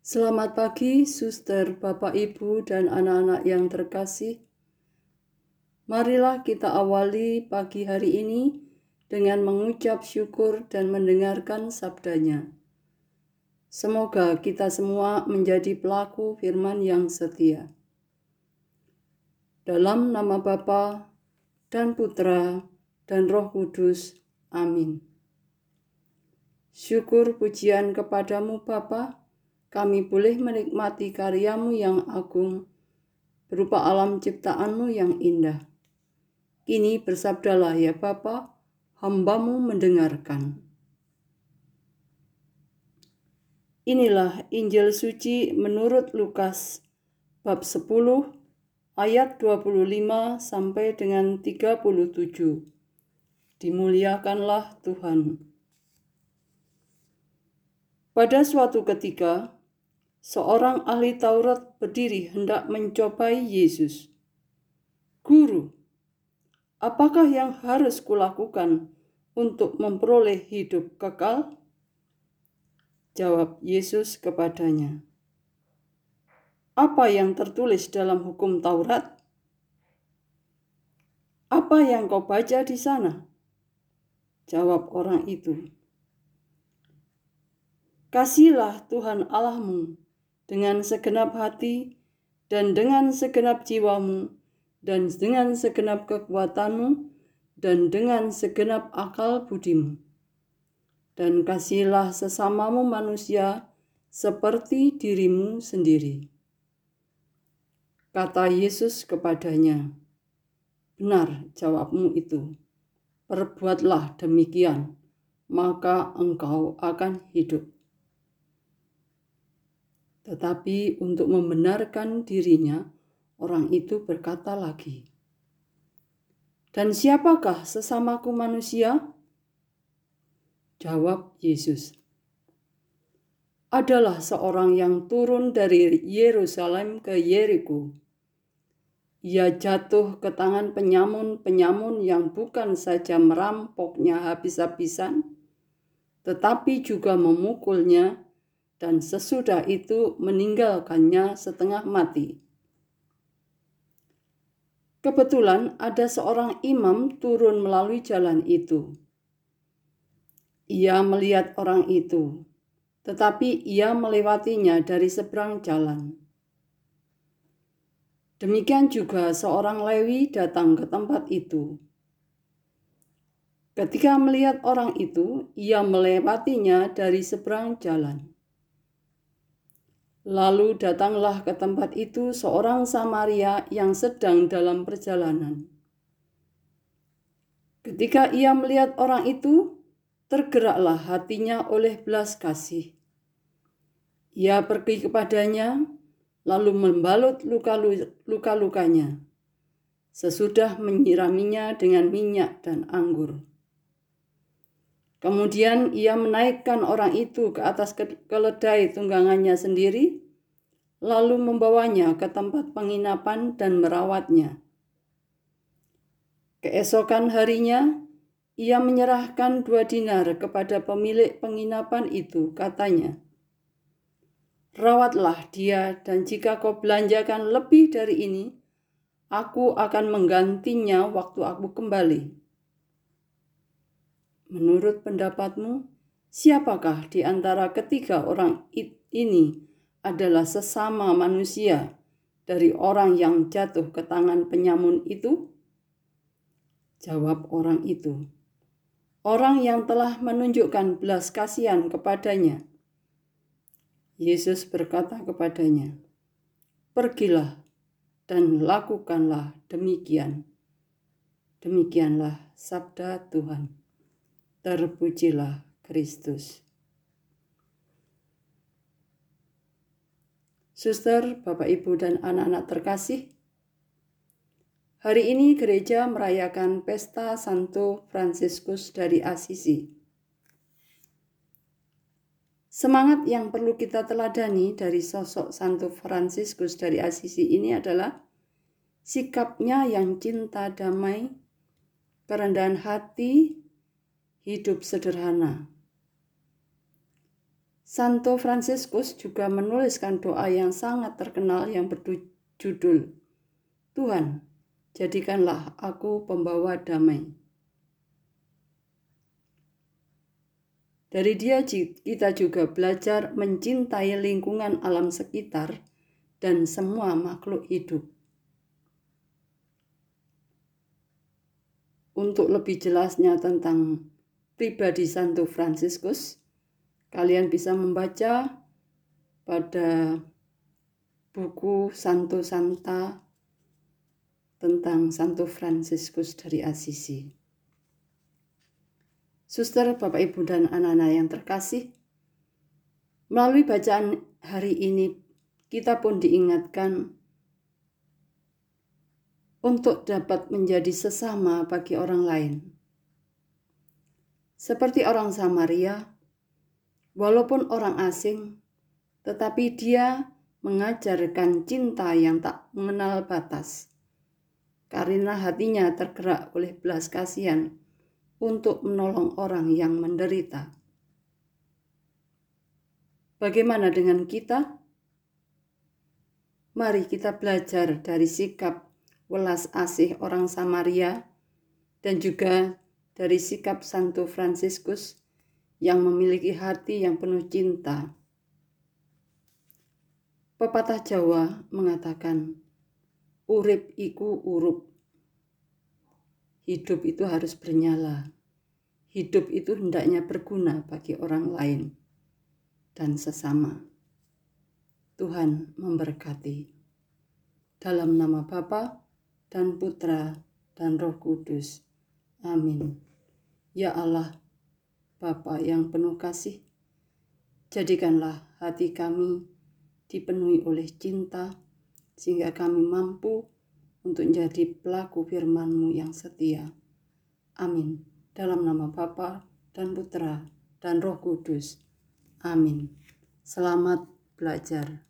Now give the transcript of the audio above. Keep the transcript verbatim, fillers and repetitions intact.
Selamat pagi, suster, Bapak, Ibu, dan anak-anak yang terkasih. Marilah kita awali pagi hari ini dengan mengucap syukur dan mendengarkan sabdanya. Semoga kita semua menjadi pelaku firman yang setia. Dalam nama Bapa dan Putra dan Roh Kudus. Amin. Syukur pujian kepadamu Bapa, kami boleh menikmati karyamu yang agung, berupa alam ciptaanmu yang indah. Kini bersabdalah ya Bapa, hambamu mendengarkan. Inilah Injil suci menurut Lukas, bab sepuluh, ayat dua puluh lima sampai dengan tiga puluh tujuh. Dimuliakanlah Tuhan. Pada suatu ketika, seorang ahli Taurat berdiri hendak mencobai Yesus. Guru, apakah yang harus kulakukan untuk memperoleh hidup kekal? Jawab Yesus kepadanya, apa yang tertulis dalam hukum Taurat? Apa yang kau baca di sana? Jawab orang itu, kasihilah Tuhan Allahmu dengan segenap hati dan dengan segenap jiwamu dan dengan segenap kekuatanmu dan dengan segenap akal budimu. Dan kasihilah sesamamu manusia seperti dirimu sendiri. Kata Yesus kepadanya, benar jawabmu itu, perbuatlah demikian, maka engkau akan hidup. Tetapi untuk membenarkan dirinya, orang itu berkata lagi, dan siapakah sesamaku manusia? Jawab Yesus, adalah seorang yang turun dari Yerusalem ke Yeriko. Ia jatuh ke tangan penyamun-penyamun yang bukan saja merampoknya habis-habisan, tetapi juga memukulnya, dan sesudah itu meninggalkannya setengah mati. Kebetulan ada seorang imam turun melalui jalan itu. Ia melihat orang itu, tetapi ia melewatinya dari seberang jalan. Demikian juga seorang Lewi datang ke tempat itu. Ketika melihat orang itu, ia melewatinya dari seberang jalan. Lalu datanglah ke tempat itu seorang Samaria yang sedang dalam perjalanan. Ketika ia melihat orang itu, tergeraklah hatinya oleh belas kasih. Ia pergi kepadanya, lalu membalut luka-lukanya, sesudah menyiraminya dengan minyak dan anggur. Kemudian ia menaikkan orang itu ke atas keledai tunggangannya sendiri, lalu membawanya ke tempat penginapan dan merawatnya. Keesokan harinya, ia menyerahkan dua dinar kepada pemilik penginapan itu, katanya, rawatlah dia, dan jika kau belanjakan lebih dari ini, aku akan menggantinya waktu aku kembali. Menurut pendapatmu, siapakah di antara ketiga orang ini adalah sesama manusia dari orang yang jatuh ke tangan penyamun itu? Jawab orang itu, orang yang telah menunjukkan belas kasihan kepadanya. Yesus berkata kepadanya, pergilah dan lakukanlah demikian. Demikianlah sabda Tuhan. Terpujilah Kristus. Suster, Bapak, Ibu, dan anak-anak terkasih, hari ini gereja merayakan pesta Santo Fransiskus dari Assisi. Semangat yang perlu kita teladani dari sosok Santo Fransiskus dari Assisi ini adalah sikapnya yang cinta damai, kerendahan hati, hidup sederhana. Santo Fransiskus juga menuliskan doa yang sangat terkenal yang berjudul, Tuhan, jadikanlah aku pembawa damai. Dari dia kita juga belajar mencintai lingkungan alam sekitar dan semua makhluk hidup. Untuk lebih jelasnya tentang pribadi Santo Fransiskus, kalian bisa membaca pada buku Santo Santa tentang Santo Fransiskus dari Assisi. Suster, Bapak, Ibu, dan anak-anak yang terkasih, melalui bacaan hari ini kita pun diingatkan untuk dapat menjadi sesama bagi orang lain. Seperti orang Samaria, walaupun orang asing, tetapi dia mengajarkan cinta yang tak mengenal batas, karena hatinya tergerak oleh belas kasihan untuk menolong orang yang menderita. Bagaimana dengan kita? Mari kita belajar dari sikap welas asih orang Samaria dan juga dari sikap Santo Fransiskus yang memiliki hati yang penuh cinta. Pepatah Jawa mengatakan, urip iku urup. Hidup itu harus bernyala. Hidup itu hendaknya berguna bagi orang lain dan sesama. Tuhan memberkati. Dalam nama Bapa dan Putra dan Roh Kudus. Amin. Ya Allah, Bapa yang penuh kasih, jadikanlah hati kami dipenuhi oleh cinta, sehingga kami mampu untuk menjadi pelaku firman-Mu yang setia. Amin. Dalam nama Bapa dan Putra dan Roh Kudus. Amin. Selamat belajar.